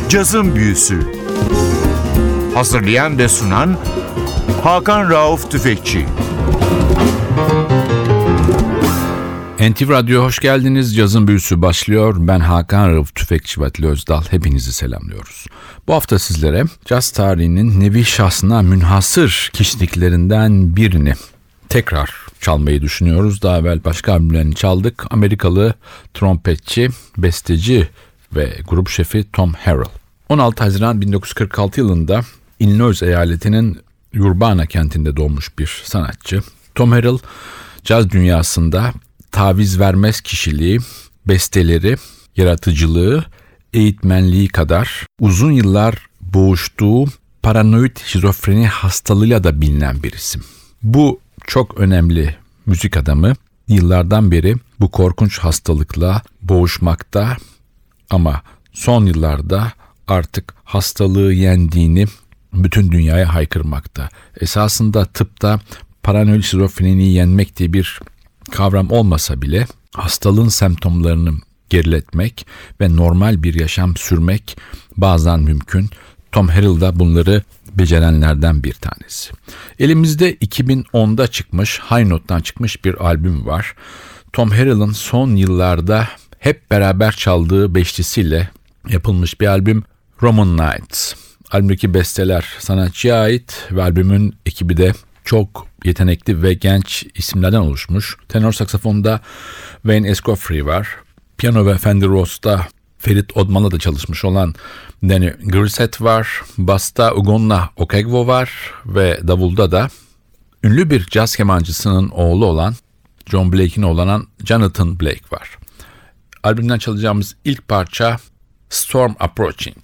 Cazın Büyüsü. Hazırlayan ve sunan Hakan Rauf Tüfekçi. NTV Radyo hoş geldiniz. Cazın Büyüsü başlıyor. Ben Hakan Rauf Tüfekçi ve Atli Özdal. Hepinizi selamlıyoruz. Bu hafta sizlere caz tarihinin nevi şahsına münhasır kişiliklerinden birini tekrar çalmayı düşünüyoruz. Daha evvel başka albümlerini çaldık. Amerikalı trompetçi, besteci ve grup şefi Tom Harrell. 16 Haziran 1946 yılında Illinois eyaletinin Urbana kentinde doğmuş bir sanatçı. Tom Harrell, caz dünyasında taviz vermez kişiliği, besteleri, yaratıcılığı, eğitmenliği kadar uzun yıllar boğuştuğu paranoid şizofreni hastalığıyla da bilinen bir isim. Bu çok önemli müzik adamı yıllardan beri bu korkunç hastalıkla boğuşmakta ama son yıllarda artık hastalığı yendiğini bütün dünyaya haykırmakta. Esasında tıpta paranoid şizofreniyi yenmek diye bir kavram olmasa bile hastalığın semptomlarını geriletmek ve normal bir yaşam sürmek bazen mümkün. Tom Harrell da bunları becerenlerden bir tanesi. Elimizde 2010'da çıkmış, High Note'dan çıkmış bir albüm var. Tom Harrell'ın son yıllarda hep beraber çaldığı beşlisiyle yapılmış bir albüm, Roman Nights. Albümdeki besteler sanatçıya ait ve albümün ekibi de çok yetenekli ve genç isimlerden oluşmuş. Tenor saksafonda Wayne Escoffier var. Piyano ve Fender Rhodes'ta Ferit Odman'la da çalışmış olan Danny Grissett var. Basta Ugonna Okegwo var ve davulda da ünlü bir caz kemancısının oğlu olan John Blake'in oğlu Jonathan Blake var. Albümden çalacağımız ilk parça Storm Approaching.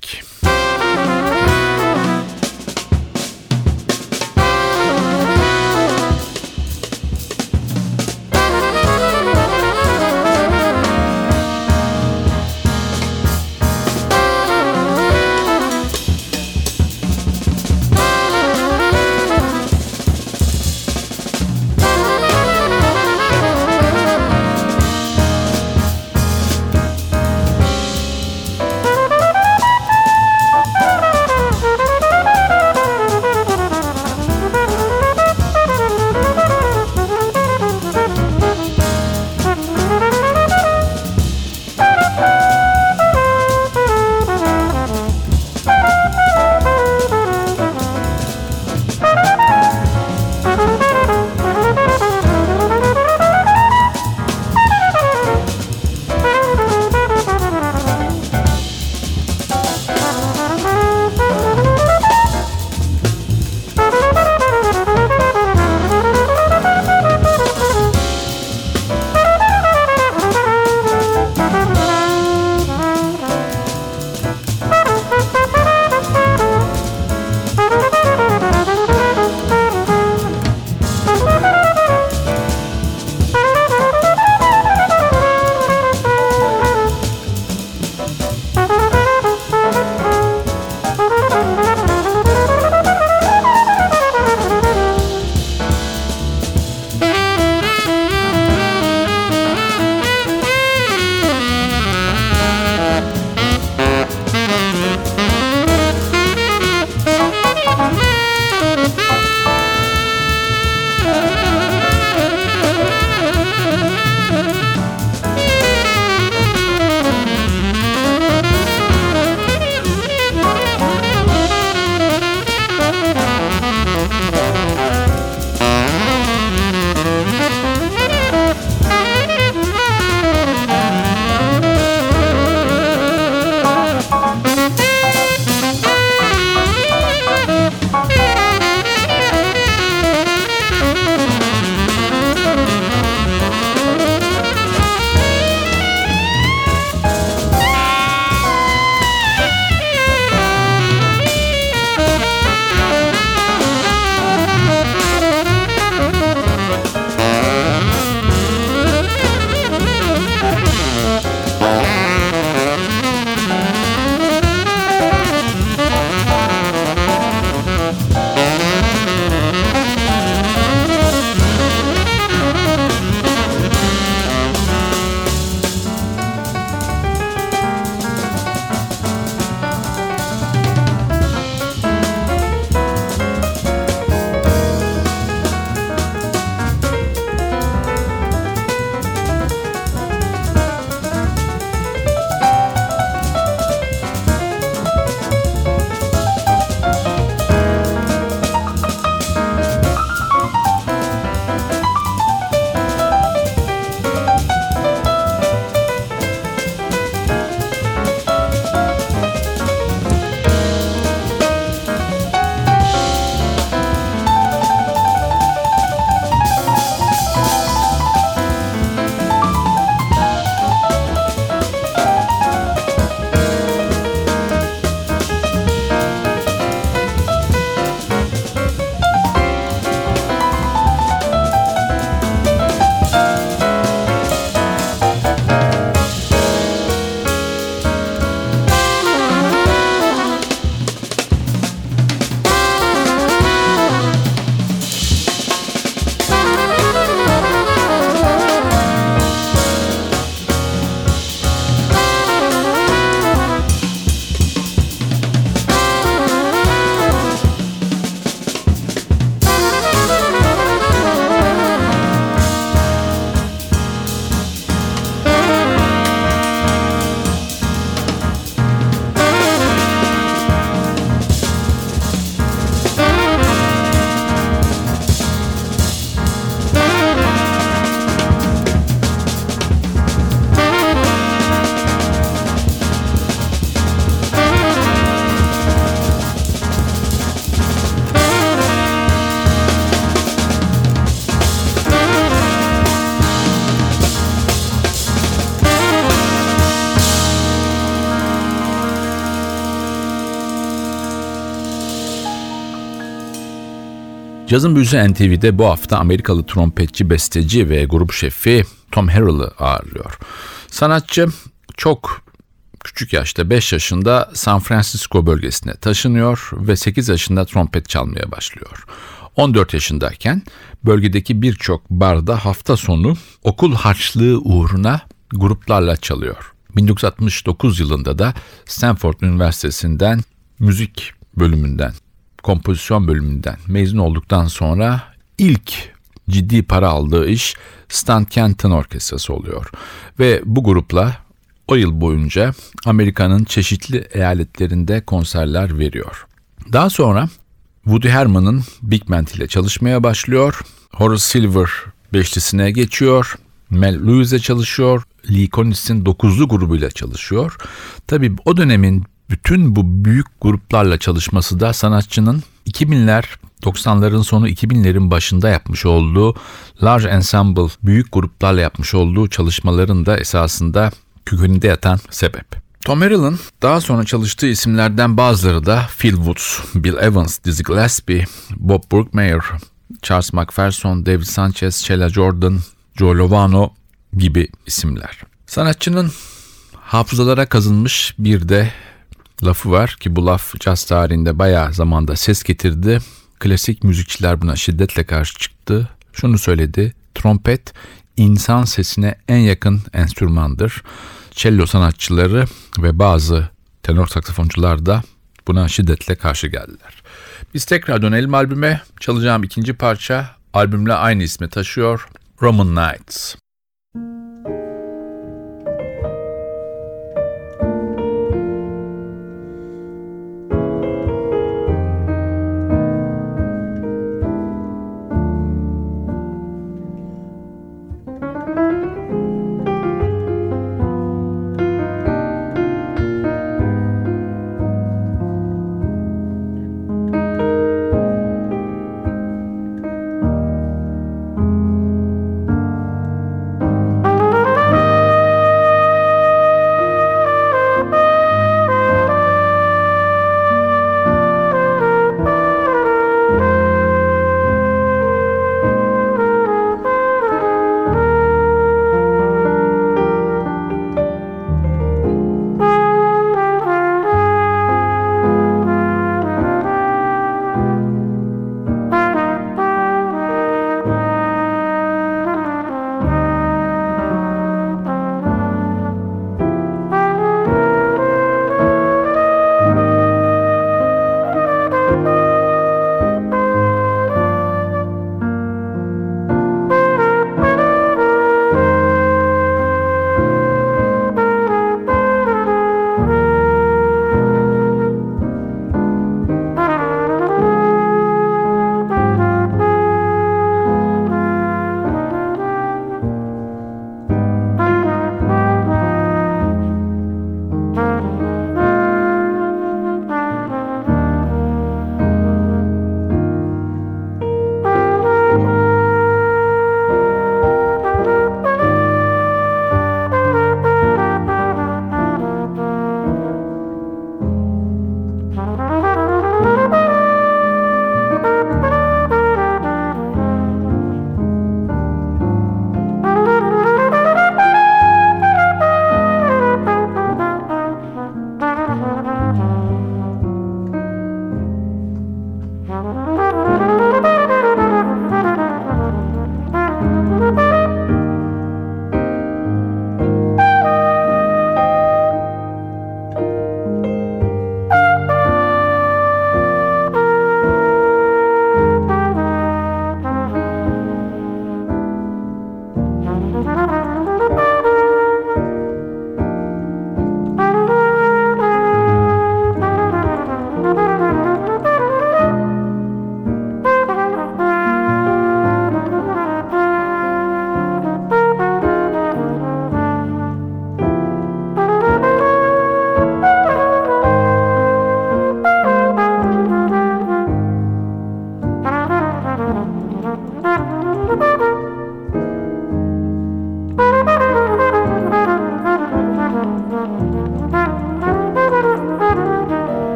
Cazın Büyüsü NTV'de bu hafta Amerikalı trompetçi, besteci ve grup şefi Tom Harrell'ı ağırlıyor. Sanatçı çok küçük yaşta 5 yaşında San Francisco bölgesine taşınıyor ve 8 yaşında trompet çalmaya başlıyor. 14 yaşındayken bölgedeki birçok barda hafta sonu okul harçlığı uğruna gruplarla çalıyor. 1969 yılında da Stanford Üniversitesi'nden müzik bölümünden, kompozisyon bölümünden mezun olduktan sonra ilk ciddi para aldığı iş Stan Kenton Orkestrası oluyor. Ve bu grupla o yıl boyunca Amerika'nın çeşitli eyaletlerinde konserler veriyor. Daha sonra Woody Herman'ın Big Band ile çalışmaya başlıyor. Horace Silver beşlisine geçiyor. Mel Lewis'e çalışıyor. Lee Konitz'in 9'lu grubuyla çalışıyor. Tabii o dönemin bütün bu büyük gruplarla çalışması da sanatçının 2000'ler, 90'ların sonu 2000'lerin başında yapmış olduğu large ensemble, büyük gruplarla yapmış olduğu çalışmaların da esasında kökeninde yatan sebep. Tom Harrell'ın daha sonra çalıştığı isimlerden bazıları da Phil Woods, Bill Evans, Dizzy Gillespie, Bob Brookmeyer, Charles McPherson, David Sanchez, Sheila Jordan, Joe Lovano gibi isimler. Sanatçının hafızalara kazınmış bir de lafı var ki bu laf caz tarihinde bayağı zamanda ses getirdi. Klasik müzikçiler buna şiddetle karşı çıktı. Şunu söyledi: trompet insan sesine en yakın enstrümandır. Cello sanatçıları ve bazı tenor saksafoncular da buna şiddetle karşı geldiler. Biz tekrar dönelim albüme. Çalacağım ikinci parça albümle aynı ismi taşıyor: Roman Nights.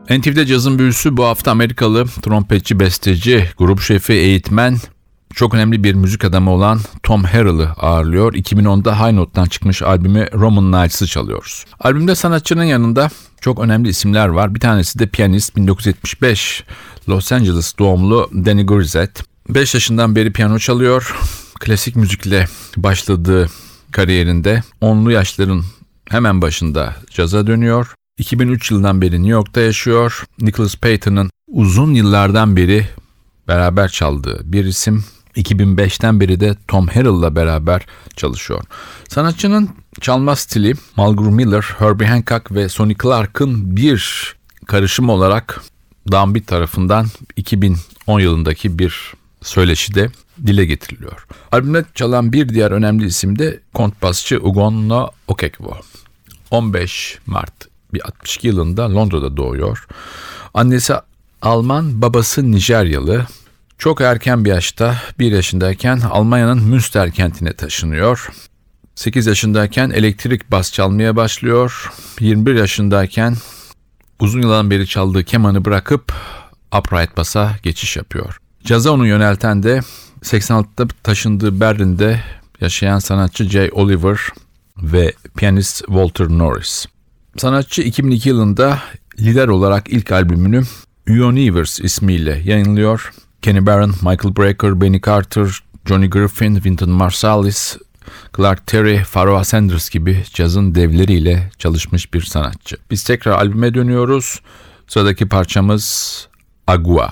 NTV'de cazın büyüsü bu hafta Amerikalı trompetçi, besteci, grup şefi, eğitmen, çok önemli bir müzik adamı olan Tom Harrell'ı ağırlıyor. 2010'da High Note'dan çıkmış albümü Roman Nights'ı çalıyoruz. Albümde sanatçının yanında çok önemli isimler var. Bir tanesi de piyanist, 1975 Los Angeles doğumlu Danny Gorizet. 5 yaşından beri piyano çalıyor. Klasik müzikle başladığı kariyerinde 10'lu yaşların hemen başında caza dönüyor. 2003 yılından beri New York'ta yaşıyor. Nicholas Payton'ın uzun yıllardan beri beraber çaldığı bir isim. 2005'ten beri de Tom Harrell'la beraber çalışıyor. Sanatçının çalma stili Mulgrew Miller, Herbie Hancock ve Sonny Clark'ın bir karışım olarak Downbeat tarafından 2010 yılındaki bir söyleşide dile getiriliyor. Albümde çalan bir diğer önemli isim de kontrbasçı Ugonno Okekwo. 15 Mart 1962 yılında Londra'da doğuyor. Annesi Alman, babası Nijeryalı. Çok erken bir yaşta, 1 yaşındayken Almanya'nın Münster kentine taşınıyor. 8 yaşındayken elektrik bas çalmaya başlıyor. 21 yaşındayken uzun yıldan beri çaldığı kemanı bırakıp upright bass'a geçiş yapıyor. Caza onu yönelten de 86'da taşındığı Berlin'de yaşayan sanatçı Jay Oliver ve piyanist Walter Norris. Sanatçı 2002 yılında lider olarak ilk albümünü Universe ismiyle yayınlıyor. Kenny Barron, Michael Brecker, Benny Carter, Johnny Griffin, Wynton Marsalis, Clark Terry, Pharoah Sanders gibi cazın devleriyle çalışmış bir sanatçı. Biz tekrar albüme dönüyoruz. Sıradaki parçamız Agua.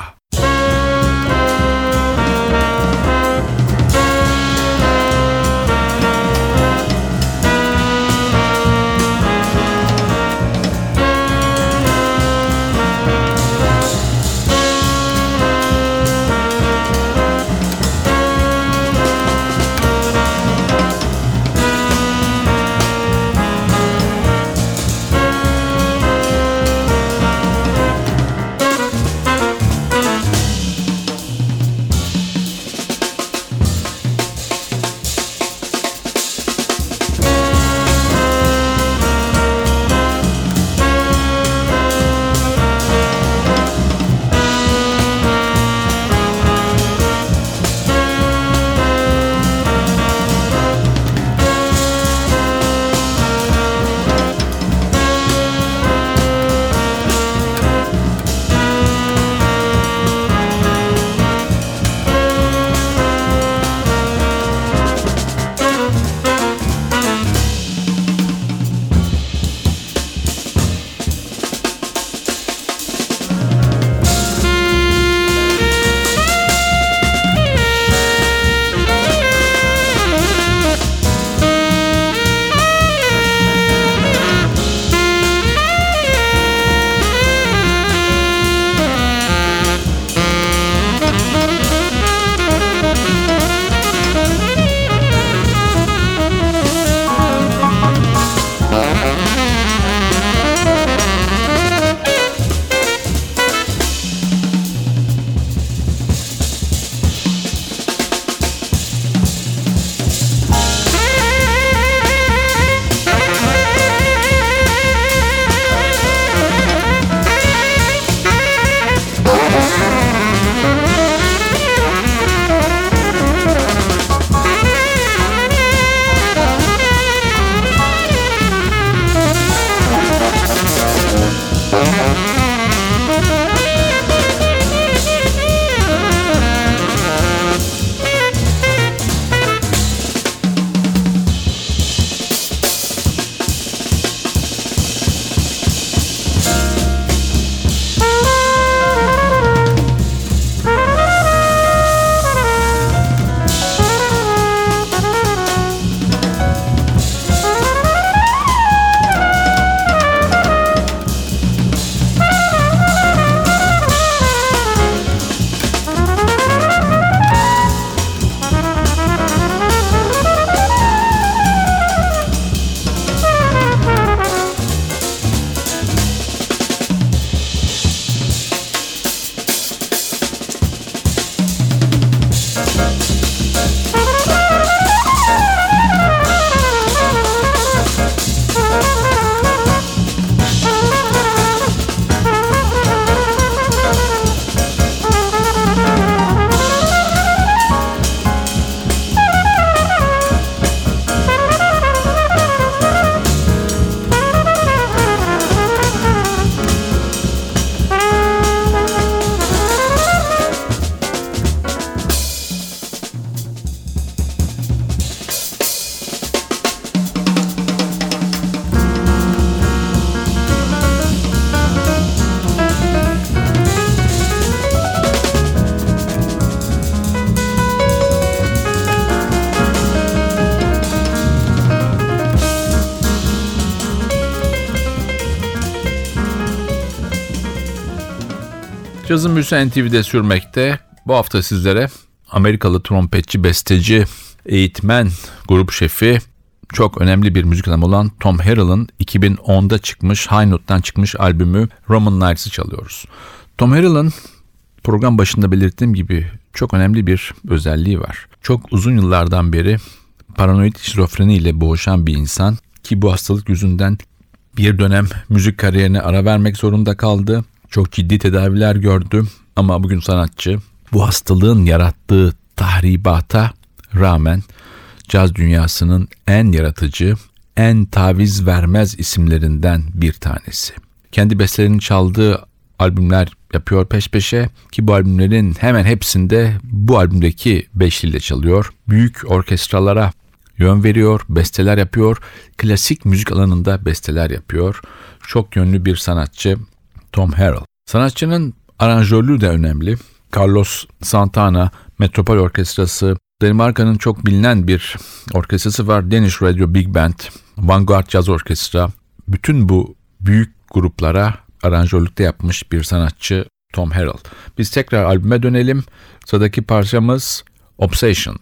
Cazın büyüsü NTV'de sürmekte. Bu hafta sizlere Amerikalı trompetçi, besteci, eğitmen, grup şefi, çok önemli bir müzik adamı olan Tom Harrell'ın 2010'da çıkmış, High Note'dan çıkmış albümü Roman Nights'ı çalıyoruz. Tom Harrell'ın program başında belirttiğim gibi çok önemli bir özelliği var. Çok uzun yıllardan beri paranoid şizofreni ile boğuşan bir insan ki bu hastalık yüzünden bir dönem müzik kariyerine ara vermek zorunda kaldı. Çok ciddi tedaviler gördü ama bugün sanatçı bu hastalığın yarattığı tahribata rağmen caz dünyasının en yaratıcı, en taviz vermez isimlerinden bir tanesi. Kendi bestelerini çaldığı albümler yapıyor peş peşe ki bu albümlerin hemen hepsinde bu albümdeki beşliyle çalıyor. Büyük orkestralara yön veriyor, besteler yapıyor, klasik müzik alanında besteler yapıyor. Çok yönlü bir sanatçı Tom Harrell. Sanatçının aranjörlüğü de önemli. Carlos Santana Metropol Orkestrası, Danimarka'nın çok bilinen bir orkestrası var. Danish Radio Big Band, Vanguard Jazz Orkestra. Bütün bu büyük gruplara aranjörlükte yapmış bir sanatçı Tom Harrell. Biz tekrar albüme dönelim. Sıradaki parçamız Obsession.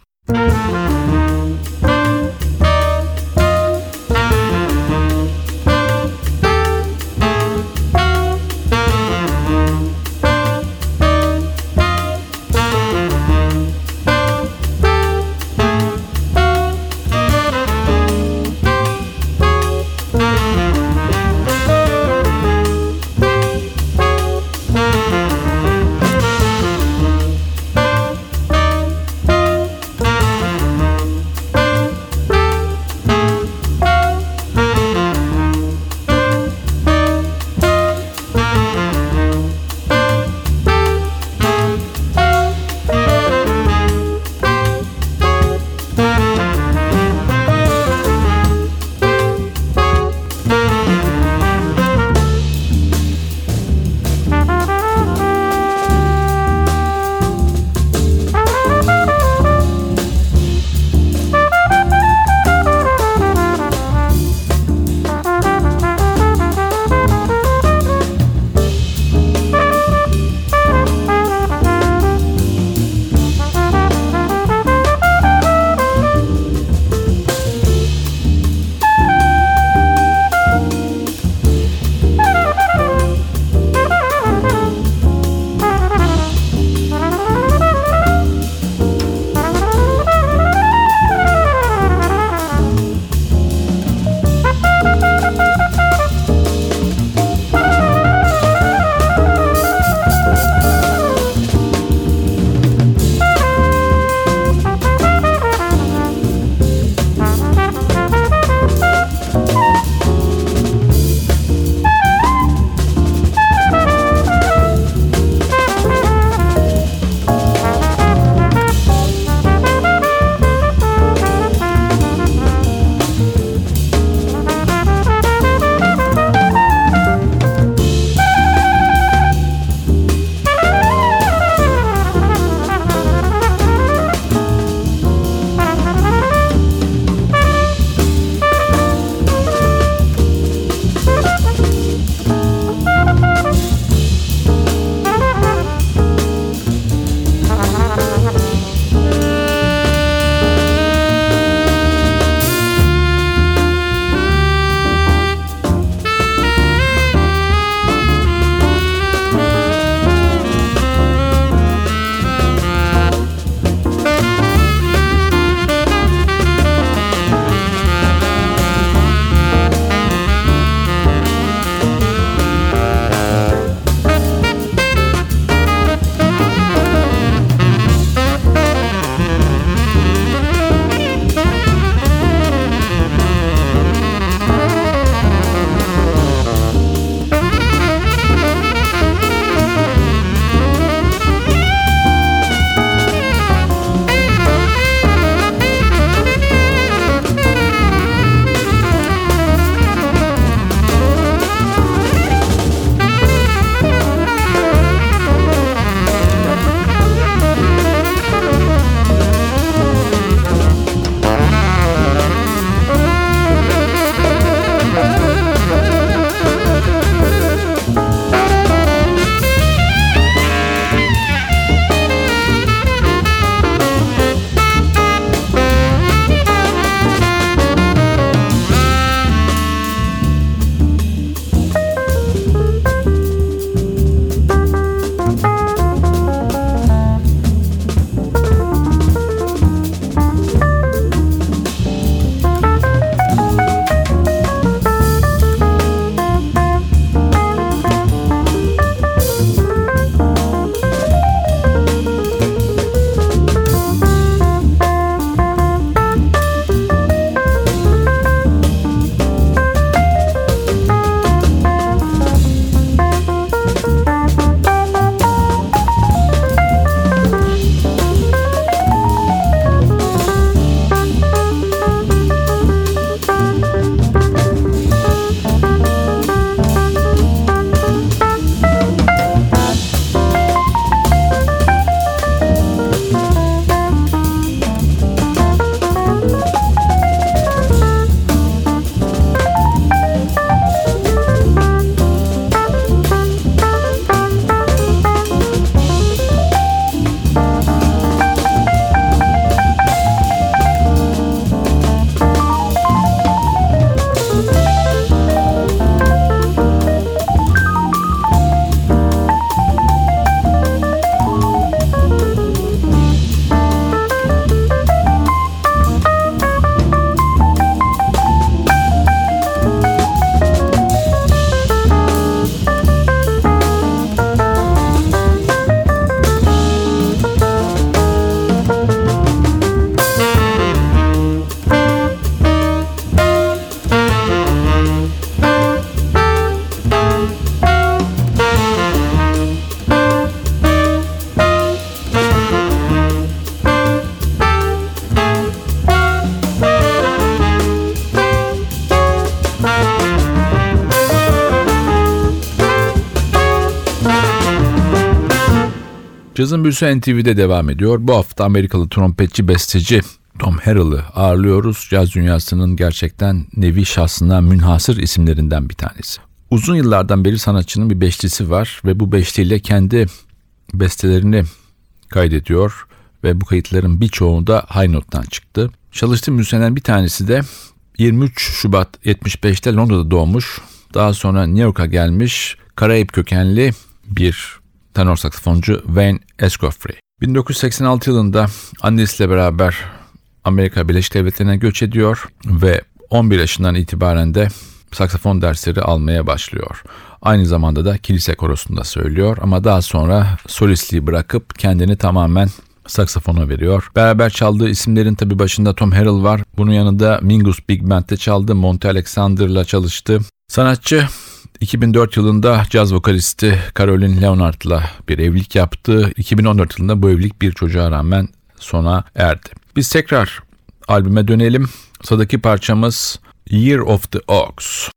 Cazın Büyüsü NTV'de devam ediyor. Bu hafta Amerikalı trompetçi besteci Tom Harrell'ı ağırlıyoruz. Caz dünyasının gerçekten nevi şahsına münhasır isimlerinden bir tanesi. Uzun yıllardan beri sanatçının bir beşlisi var ve bu beşliyle kendi bestelerini kaydediyor ve bu kayıtların birçoğu da high note'dan çıktı. Çalıştığı müzisyenlerden bir tanesi de 23 Şubat 75'te Londra'da doğmuş. Daha sonra New York'a gelmiş Karayip kökenli bir tenor saksafoncu Wayne Escoffier. 1986 yılında annesiyle beraber Amerika Birleşik Devletleri'ne göç ediyor ve 11 yaşından itibaren de saksafon dersleri almaya başlıyor. Aynı zamanda da kilise korosunda söylüyor ama daha sonra solistliği bırakıp kendini tamamen saksafona veriyor. Beraber çaldığı isimlerin tabii başında Tom Harrell var. Bunun yanında Mingus Big Band'de çaldı. Monty Alexander'la çalıştı. Sanatçı 2004 yılında caz vokalisti Caroline Leonard'la bir evlilik yaptı. 2014 yılında bu evlilik bir çocuğa rağmen sona erdi. Biz tekrar albüme dönelim. Sıradaki parçamız Year of the Ox.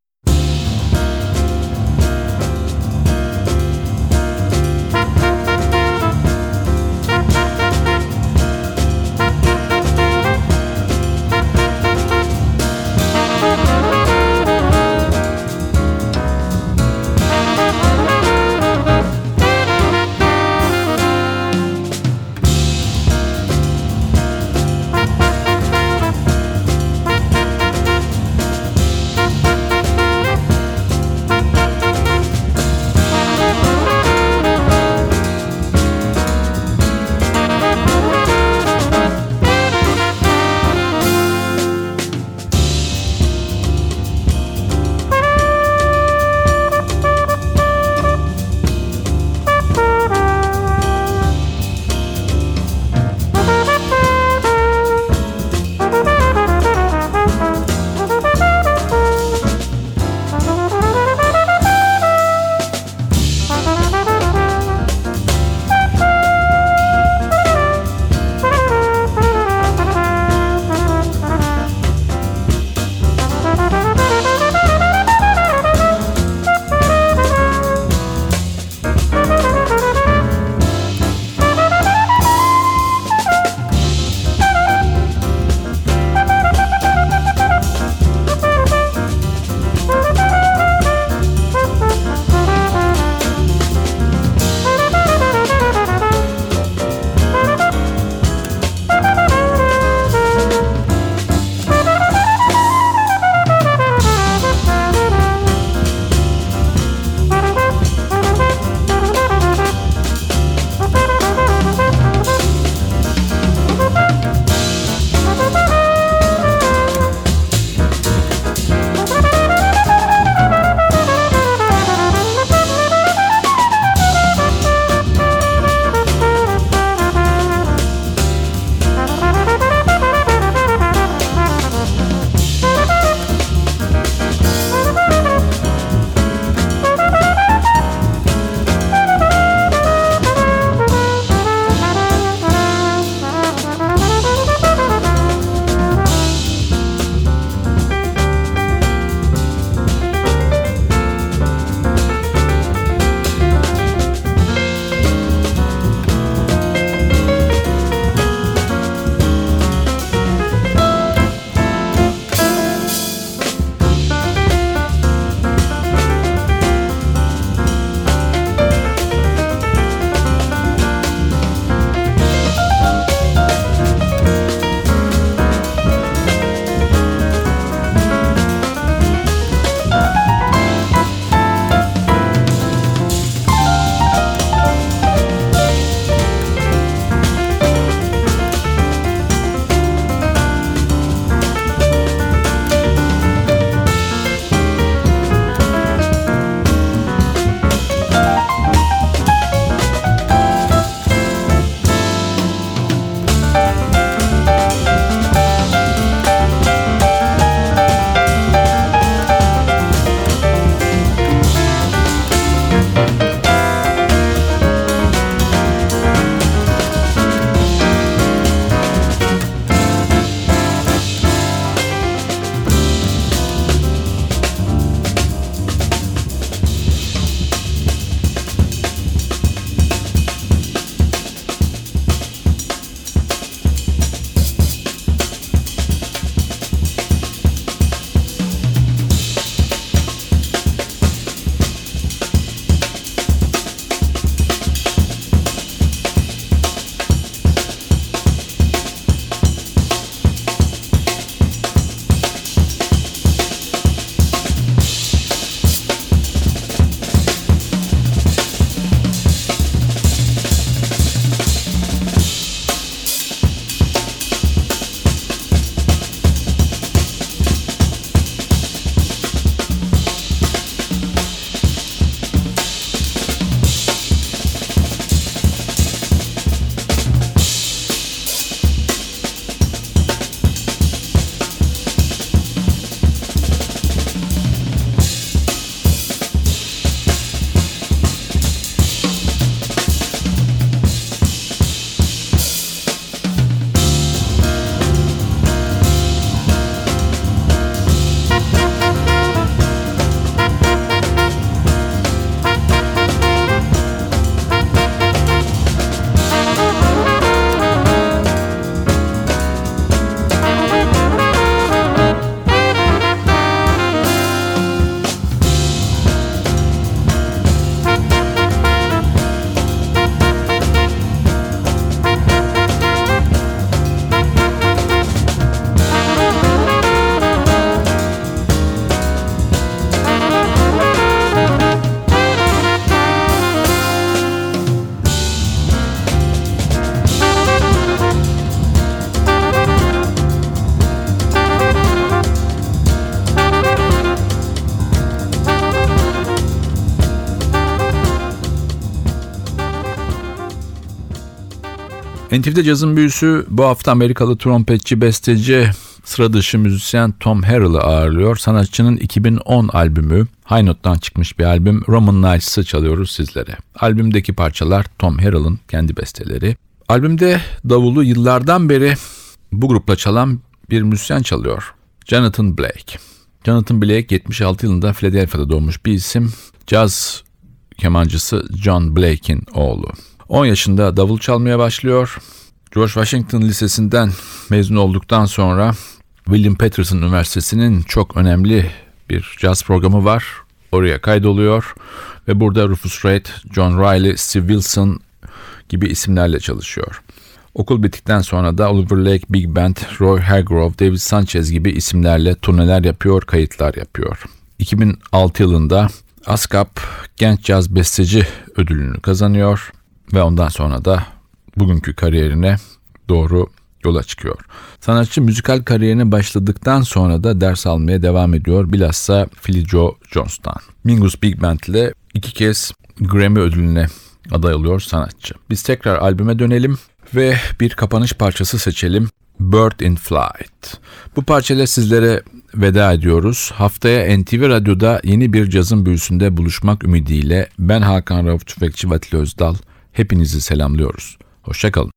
NTV'de cazın büyüsü bu hafta Amerikalı trompetçi, besteci, sıra dışı müzisyen Tom Harrell'ı ağırlıyor. Sanatçının 2010 albümü, High Note'dan çıkmış bir albüm, Roman Nights'ı çalıyoruz sizlere. Albümdeki parçalar Tom Harrell'ın kendi besteleri. Albümde davulu yıllardan beri bu grupla çalan bir müzisyen çalıyor. Jonathan Blake. Jonathan Blake 76 yılında Philadelphia'da doğmuş bir isim. Caz kemancısı John Blake'in oğlu. 10 yaşında davul çalmaya başlıyor. George Washington Lisesi'nden mezun olduktan sonra William Patterson Üniversitesi'nin çok önemli bir caz programı var. Oraya kaydoluyor ve burada Rufus Reid, John Riley, Steve Wilson gibi isimlerle çalışıyor. Okul bittikten sonra da Oliver Lake Big Band, Roy Hargrove, David Sanchez gibi isimlerle turneler yapıyor, kayıtlar yapıyor. 2006 yılında ASCAP Genç Caz Besteci ödülünü kazanıyor ve ondan sonra da bugünkü kariyerine doğru yola çıkıyor. Sanatçı müzikal kariyerine başladıktan sonra da ders almaya devam ediyor. Bilhassa Philly Joe Jones'tan. Mingus Big Band ile 2 kez Grammy ödülüne aday oluyor sanatçı. Biz tekrar albüme dönelim ve bir kapanış parçası seçelim. Bird in Flight. Bu parçayla sizlere veda ediyoruz. Haftaya NTV Radyo'da yeni bir cazın büyüsünde buluşmak ümidiyle ben Hakan Rauf Tüfekçi ve Atilla Özdal. Hepinizi selamlıyoruz. Hoşça kalın.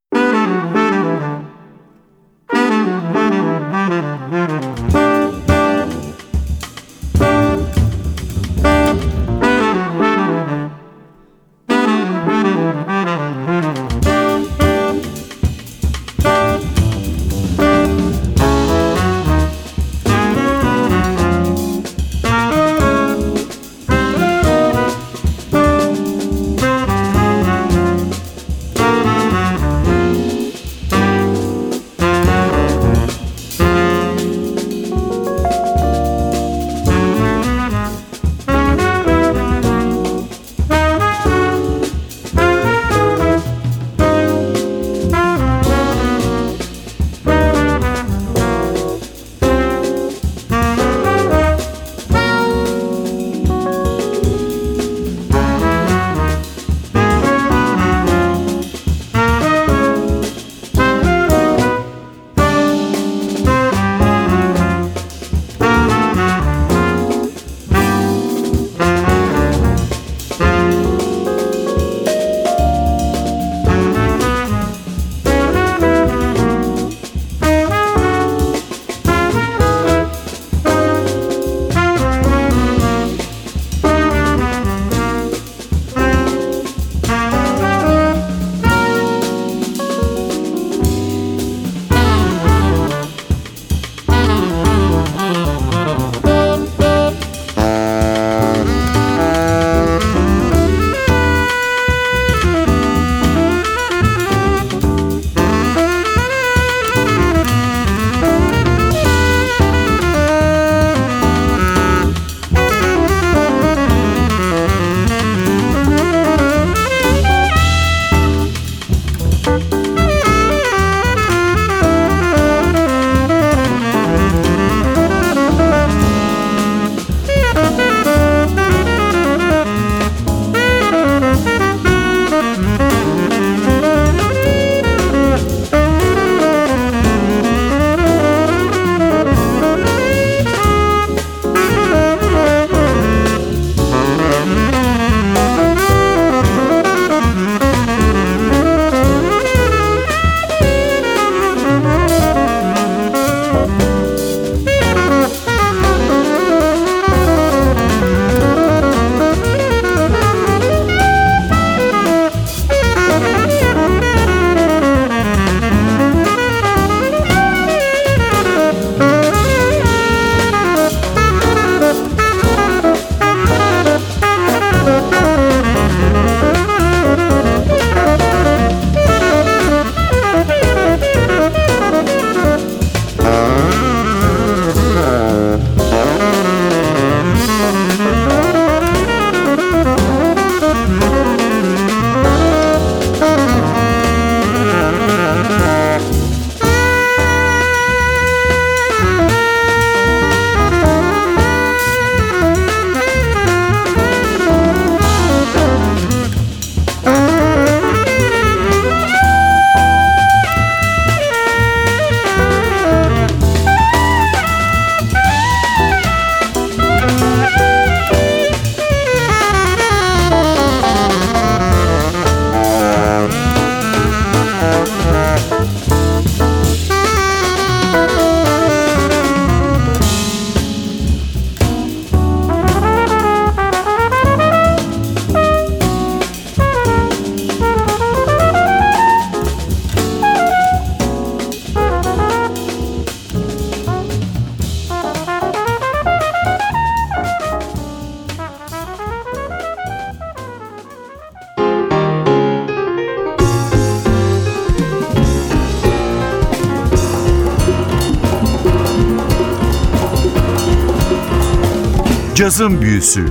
Cazın Büyüsü.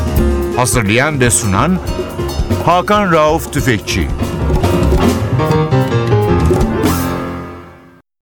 Hazırlayan ve sunan Hakan Rauf Tüfekçi.